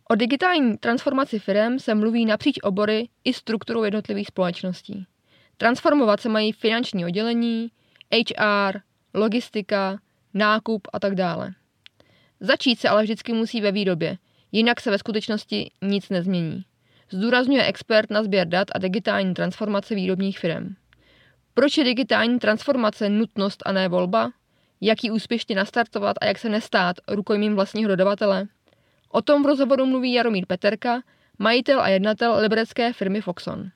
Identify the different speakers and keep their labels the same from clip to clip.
Speaker 1: O digitální transformaci firem se mluví napříč obory i strukturou jednotlivých společností. Transformovat se mají finanční oddělení, HR, logistika, nákup a tak dále. Začít se ale vždycky musí ve výrobě, jinak se ve skutečnosti nic nezmění. Zdůrazňuje expert na sběr dat a digitální transformace výrobních firem. Proč je digitální transformace nutnost a ne volba? Jak ji úspěšně nastartovat a jak se nestát rukojmím vlastního dodavatele? O tom v rozhovoru mluví Jaromír Peterka, majitel a jednatel liberecké firmy Foxon.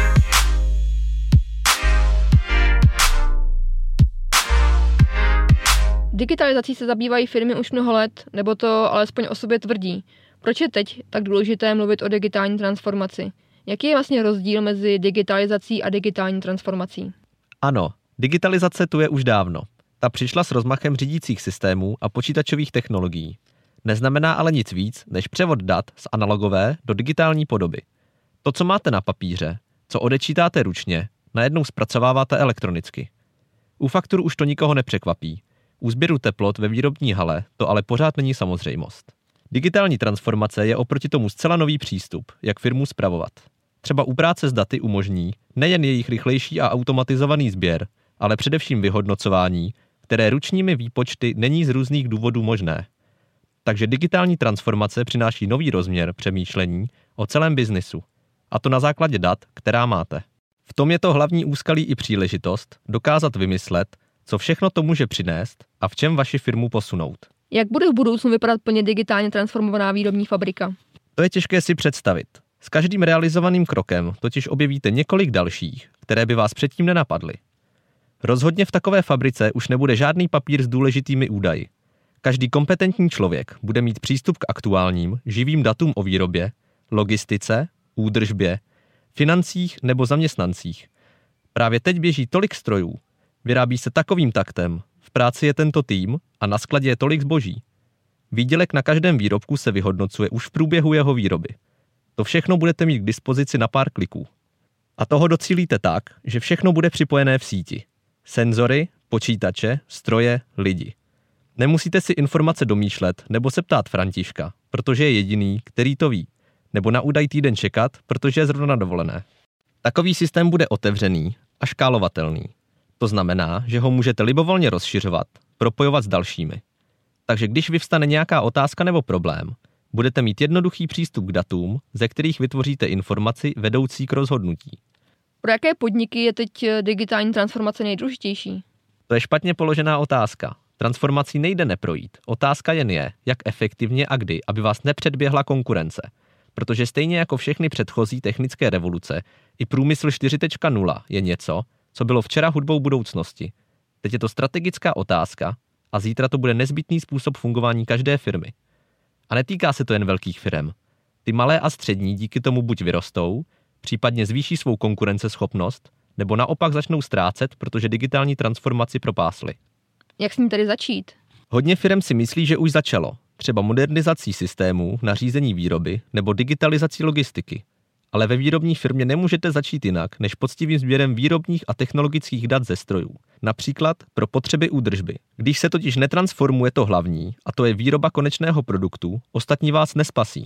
Speaker 1: Digitalizací se zabývají firmy už mnoho let, nebo to alespoň o sobě tvrdí. Proč je teď tak důležité mluvit o digitální transformaci? Jaký je vlastně rozdíl mezi digitalizací a digitální transformací?
Speaker 2: Ano, digitalizace tu je už dávno. Ta přišla s rozmachem řídících systémů a počítačových technologií. Neznamená ale nic víc, než převod dat z analogové do digitální podoby. To, co máte na papíře, co odečítáte ručně, najednou zpracováváte elektronicky. U faktur už to nikoho nepřekvapí. U sběru teplot ve výrobní hale to ale pořád není samozřejmost. Digitální transformace je oproti tomu zcela nový přístup, jak firmu spravovat. Třeba u práce s daty umožní nejen jejich rychlejší a automatizovaný sběr, ale především vyhodnocování, které ručními výpočty není z různých důvodů možné. Takže digitální transformace přináší nový rozměr přemýšlení o celém biznisu. A to na základě dat, která máte. V tom je to hlavní úskalí i příležitost dokázat vymyslet, co všechno to může přinést a v čem vaši firmu posunout.
Speaker 1: Jak bude v budoucnu vypadat plně digitálně transformovaná výrobní fabrika?
Speaker 2: To je těžké si představit. S každým realizovaným krokem totiž objevíte několik dalších, které by vás předtím nenapadly. Rozhodně v takové fabrice už nebude žádný papír s důležitými údaji. Každý kompetentní člověk bude mít přístup k aktuálním, živým datům o výrobě, logistice, údržbě, financích nebo zaměstnancích. Právě teď běží tolik strojů, vyrábí se takovým taktem, v práci je tento tým a na skladě je tolik zboží. Výdělek na každém výrobku se vyhodnocuje už v průběhu jeho výroby. To všechno budete mít k dispozici na pár kliků. A toho docílíte tak, že všechno bude připojené v síti. Senzory, počítače, stroje, lidi. Nemusíte si informace domýšlet nebo se ptát Františka, protože je jediný, který to ví. Nebo na údaj týden čekat, protože je zrovna dovolené. Takový systém bude otevřený a škálovatelný. To znamená, že ho můžete libovolně rozšiřovat, propojovat s dalšími. Takže když vyvstane nějaká otázka nebo problém, budete mít jednoduchý přístup k datům, ze kterých vytvoříte informaci vedoucí k rozhodnutí.
Speaker 1: Pro jaké podniky je teď digitální transformace nejdůležitější?
Speaker 2: To je špatně položená otázka. Transformací nejde neprojít. Otázka jen je, jak efektivně a kdy, aby vás nepředběhla konkurence. Protože stejně jako všechny předchozí technické revoluce, i průmysl 4.0 je něco, co bylo včera hudbou budoucnosti. Teď je to strategická otázka a zítra to bude nezbytný způsob fungování každé firmy. A netýká se to jen velkých firem. Ty malé a střední díky tomu buď vyrostou, případně zvýší svou konkurenceschopnost, nebo naopak začnou ztrácet, protože digitální transformaci propásly.
Speaker 1: Jak s ní tedy začít?
Speaker 2: Hodně firem si myslí, že už začalo. Třeba modernizací systémů na řízení výroby nebo digitalizací logistiky. Ale ve výrobní firmě nemůžete začít jinak, než poctivým sběrem výrobních a technologických dat ze strojů. Například pro potřeby údržby. Když se totiž netransformuje to hlavní, a to je výroba konečného produktu, ostatní vás nespasí.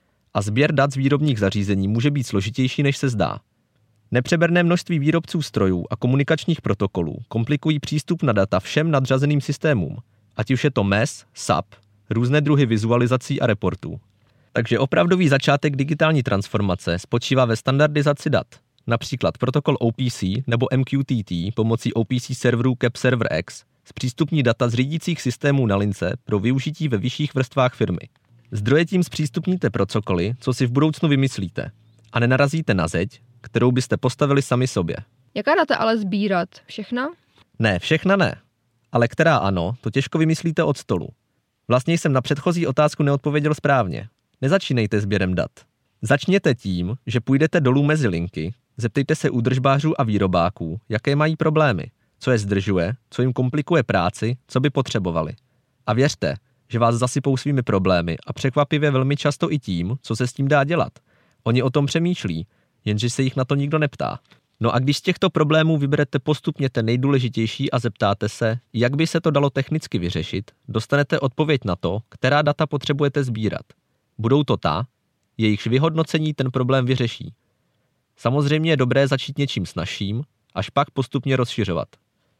Speaker 2: A sběr dat z výrobních zařízení může být složitější, než se zdá. Nepřeberné množství výrobců strojů a komunikačních protokolů komplikují přístup na data všem nadřazeným systémům, ať už je to MES, SAP, různé druhy vizualizací a reportů. Takže opravdový začátek digitální transformace spočívá ve standardizaci dat, například protokol OPC nebo MQTT pomocí OPC serverů Cap Server X zpřístupní data z řídících systémů na lince pro využití ve vyšších vrstvách firmy. Zdroje tím zpřístupníte pro cokoliv, co si v budoucnu vymyslíte a nenarazíte na zeď, kterou byste postavili sami sobě.
Speaker 1: Jaká data ale sbírat? Všechna?
Speaker 2: Ne, všechna ne. Ale která ano, to těžko vymyslíte od stolu. Vlastně jsem na předchozí otázku neodpověděl správně. Nezačínejte sběrem dat. Začněte tím, že půjdete dolů mezi linky, zeptejte se údržbářů a výrobáků, jaké mají problémy, co je zdržuje, co jim komplikuje práci, co by potřebovali. A věřte, že vás zasypou svými problémy a překvapivě velmi často i tím, co se s tím dá dělat. Oni o tom přemýšlí, jenže se jich na to nikdo neptá. No a když z těchto problémů vyberete postupně ten nejdůležitější a zeptáte se, jak by se to dalo technicky vyřešit, dostanete odpověď na to, která data potřebujete sbírat. Budou to ta, jejichž vyhodnocení ten problém vyřeší. Samozřejmě je dobré začít něčím snazším, až pak postupně rozšiřovat.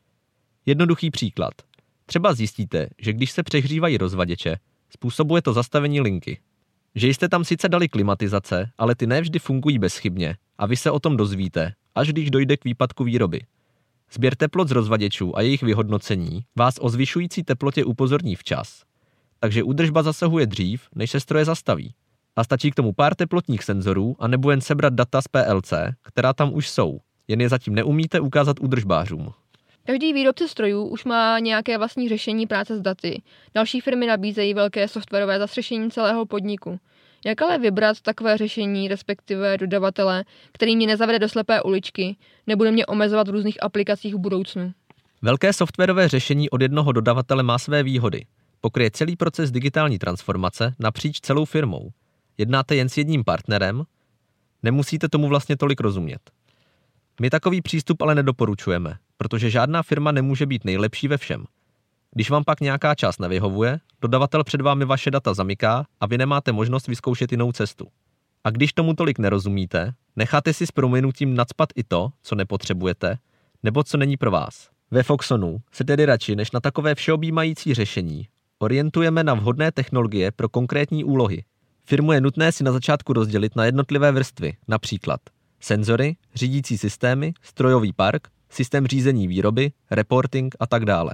Speaker 2: Jednoduchý příklad. Třeba zjistíte, že když se přehřívají rozvaděče, způsobuje to zastavení linky. Že jste tam sice dali klimatizace, ale ty nevždy fungují bezchybně a vy se o tom dozvíte, až když dojde k výpadku výroby. Sběr teplot z rozvaděčů a jejich vyhodnocení vás o zvyšující teplotě upozorní včas. Takže údržba zasahuje dřív, než se stroje zastaví. A stačí k tomu pár teplotních senzorů a nebo jen sebrat data z PLC, která tam už jsou. Jen je zatím neumíte ukázat údržbářům.
Speaker 1: Každý výrobce strojů už má nějaké vlastní řešení práce s daty. Další firmy nabízejí velké softwarové zastřešení celého podniku. Jak ale vybrat takové řešení, respektive dodavatele, který mě nezavede do slepé uličky, nebude mě omezovat v různých aplikacích v budoucnu?
Speaker 2: Velké softwarové řešení od jednoho dodavatele má své výhody. Pokryje celý proces digitální transformace napříč celou firmou. Jednáte jen s jedním partnerem, nemusíte tomu vlastně tolik rozumět. My takový přístup ale nedoporučujeme, protože žádná firma nemůže být nejlepší ve všem. Když vám pak nějaká část nevyhovuje, dodavatel před vámi vaše data zamyká a vy nemáte možnost vyzkoušet jinou cestu. A když tomu tolik nerozumíte, necháte si s prominutím nacpat i to, co nepotřebujete, nebo co není pro vás. Ve Foxonu se tedy radši než na takové všeobjímající řešení orientujeme na vhodné technologie pro konkrétní úlohy. Firmu je nutné si na začátku rozdělit na jednotlivé vrstvy, například senzory, řídící systémy, strojový park, systém řízení výroby, reporting a tak dále.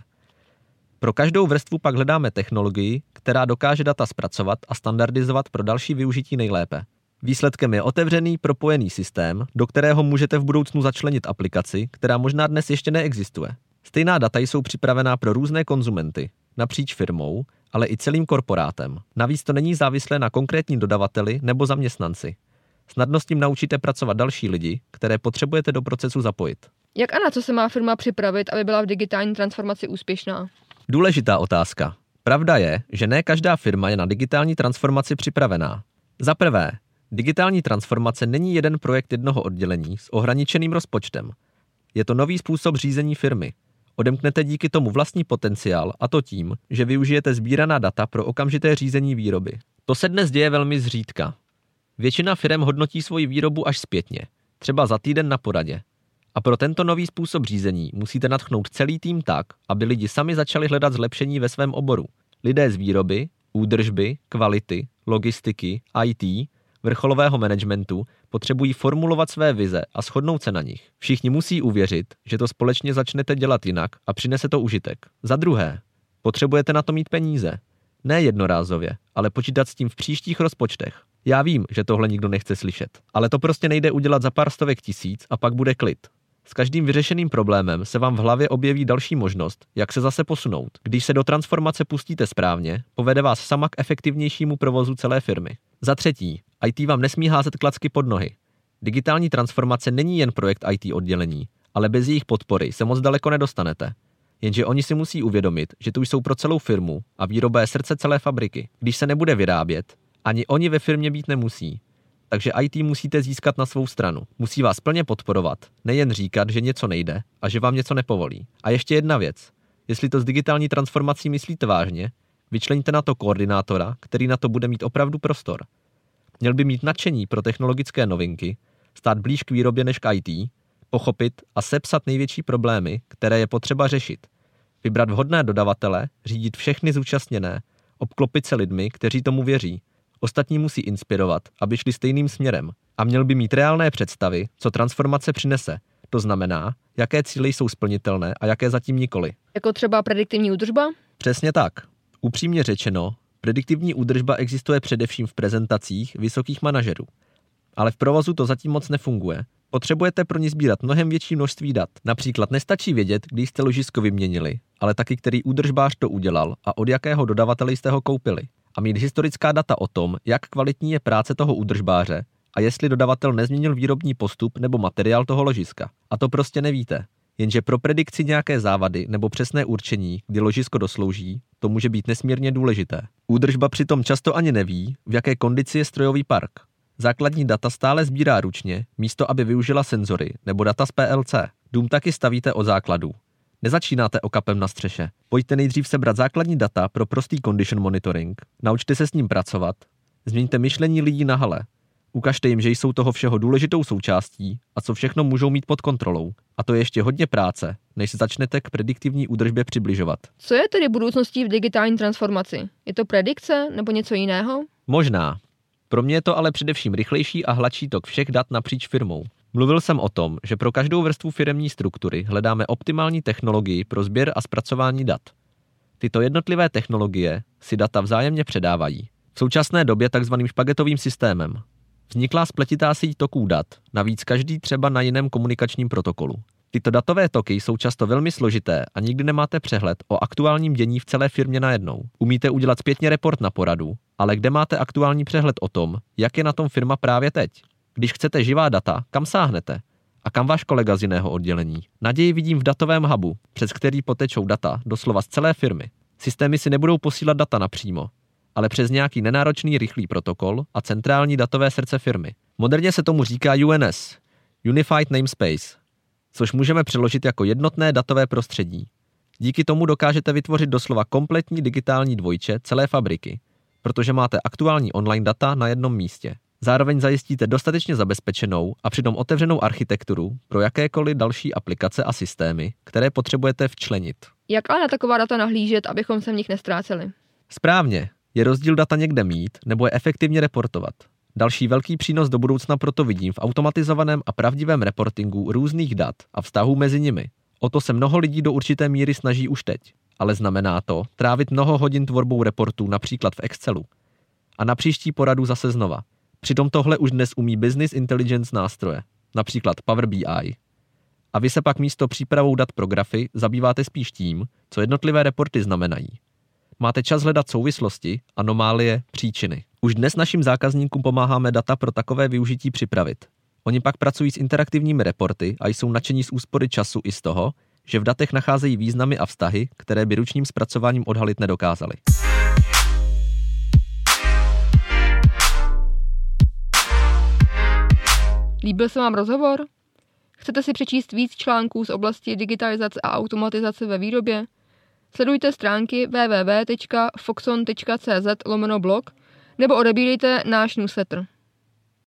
Speaker 2: Pro každou vrstvu pak hledáme technologii, která dokáže data zpracovat a standardizovat pro další využití nejlépe. Výsledkem je otevřený, propojený systém, do kterého můžete v budoucnu začlenit aplikaci, která možná dnes ještě neexistuje. Stejná data jsou připravená pro různé konzumenty, napříč firmou, ale i celým korporátem. Navíc to není závislé na konkrétním dodavateli nebo zaměstnanci. Snadno s tím naučíte pracovat další lidi, které potřebujete do procesu zapojit.
Speaker 1: Jak a na co se má firma připravit, aby byla v digitální transformaci úspěšná?
Speaker 2: Důležitá otázka. Pravda je, že ne každá firma je na digitální transformaci připravená. Za prvé, digitální transformace není jeden projekt jednoho oddělení s ohraničeným rozpočtem. Je to nový způsob řízení firmy. Odemknete díky tomu vlastní potenciál, a to tím, že využijete sbíraná data pro okamžité řízení výroby. To se dnes děje velmi zřídka. Většina firem hodnotí svoji výrobu až zpětně, třeba za týden na poradě. A pro tento nový způsob řízení musíte nadchnout celý tým tak, aby lidi sami začali hledat zlepšení ve svém oboru. Lidé z výroby, údržby, kvality, logistiky, IT, vrcholového managementu potřebují formulovat své vize a shodnout se na nich. Všichni musí uvěřit, že to společně začnete dělat jinak a přinese to užitek. Za druhé, potřebujete na to mít peníze. Ne jednorázově, ale počítat s tím v příštích rozpočtech. Já vím, že tohle nikdo nechce slyšet, ale to prostě nejde udělat za pár stovek tisíc a pak bude klid. S každým vyřešeným problémem se vám v hlavě objeví další možnost, jak se zase posunout. Když se do transformace pustíte správně, povede vás sama k efektivnějšímu provozu celé firmy. Za třetí, IT vám nesmí házet klacky pod nohy. Digitální transformace není jen projekt IT oddělení, ale bez jejich podpory se moc daleko nedostanete. Jenže oni si musí uvědomit, že tu jsou pro celou firmu a výroba je srdce celé fabriky. Když se nebude vyrábět, ani oni ve firmě být nemusí. Takže IT musíte získat na svou stranu. Musí vás plně podporovat, nejen říkat, že něco nejde a že vám něco nepovolí. A ještě jedna věc. Jestli to s digitální transformací myslíte vážně, vyčleňte na to koordinátora, který na to bude mít opravdu prostor. Měl by mít nadšení pro technologické novinky, stát blíž k výrobě než k IT, pochopit a sepsat největší problémy, které je potřeba řešit. Vybrat vhodné dodavatele, řídit všechny zúčastněné, obklopit se lidmi, kteří tomu věří. Ostatní musí inspirovat, aby šli stejným směrem. A měl by mít reálné představy, co transformace přinese. To znamená, jaké cíle jsou splnitelné a jaké zatím nikoli.
Speaker 1: Jako třeba prediktivní údržba?
Speaker 2: Přesně tak. Upřímně řečeno, prediktivní údržba existuje především v prezentacích vysokých manažerů. Ale v provozu to zatím moc nefunguje. Potřebujete pro ní sbírat mnohem větší množství dat. Například nestačí vědět, kdy jste ložisko vyměnili, ale taky který údržbář to udělal a od jakého dodavatele jste ho koupili. A mít historická data o tom, jak kvalitní je práce toho údržbáře a jestli dodavatel nezměnil výrobní postup nebo materiál toho ložiska. A to prostě nevíte. Jenže pro predikci nějaké závady nebo přesné určení, kdy ložisko doslouží, to může být nesmírně důležité. Údržba přitom často ani neví, v jaké kondici je strojový park. Základní data stále sbírá ručně, místo aby využila senzory nebo data z PLC. Dům taky stavíte od základů. Nezačínáte okapem na střeše. Pojďte nejdřív sebrat základní data pro prostý condition monitoring, naučte se s ním pracovat, Změňte myšlení lidí na hale. Ukažte jim, že jsou toho všeho důležitou součástí a co všechno můžou mít pod kontrolou. A to je ještě hodně práce, než se začnete k prediktivní údržbě přibližovat.
Speaker 1: Co je tedy budoucností v digitální transformaci? Je to predikce nebo něco jiného?
Speaker 2: Možná. Pro mě je to ale především rychlejší a hladší tok všech dat napříč firmou. Mluvil jsem o tom, že pro každou vrstvu firemní struktury hledáme optimální technologii pro sběr a zpracování dat. Tyto jednotlivé technologie si data vzájemně předávají. V současné době takzvaným špagetovým systémem. Vznikla spletitá síť toků dat, navíc každý třeba na jiném komunikačním protokolu. Tyto datové toky jsou často velmi složité a nikdy nemáte přehled o aktuálním dění v celé firmě najednou. Umíte udělat zpětně report na poradu, ale kde máte aktuální přehled o tom, jak je na tom firma právě teď? Když chcete živá data, kam sáhnete? A kam váš kolega z jiného oddělení? Naději vidím v datovém hubu, přes který potečou data doslova z celé firmy. Systémy si nebudou posílat data napřímo, ale přes nějaký nenáročný rychlý protokol a centrální datové srdce firmy. Moderně se tomu říká UNS, Unified Namespace, což můžeme přeložit jako jednotné datové prostředí. Díky tomu dokážete vytvořit doslova kompletní digitální dvojče celé fabriky, protože máte aktuální online data na jednom místě. Zároveň zajistíte dostatečně zabezpečenou a přitom otevřenou architekturu pro jakékoliv další aplikace a systémy, které potřebujete včlenit.
Speaker 1: Jak ale na taková data nahlížet, abychom se v nich nestráceli?
Speaker 2: Správně, je rozdíl data někde mít nebo je efektivně reportovat. Další velký přínos do budoucna proto vidím v automatizovaném a pravdivém reportingu různých dat a vztahů mezi nimi. O to se mnoho lidí do určité míry snaží už teď, ale znamená to trávit mnoho hodin tvorbou reportů například v Excelu. A na příští poradu zase znova. Přitom tohle už dnes umí business intelligence nástroje, například Power BI. A vy se pak místo přípravou dat pro grafy zabýváte spíš tím, co jednotlivé reporty znamenají. Máte čas hledat souvislosti, anomálie, příčiny. Už dnes našim zákazníkům pomáháme data pro takové využití připravit. Oni pak pracují s interaktivními reporty a jsou nadšení z úspory času i z toho, že v datech nacházejí významy a vztahy, které by ručním zpracováním odhalit nedokázali.
Speaker 1: Líbil se vám rozhovor? Chcete si přečíst víc článků z oblasti digitalizace a automatizace ve výrobě? Sledujte stránky www.foxon.cz/blog nebo odebírejte náš newsletter.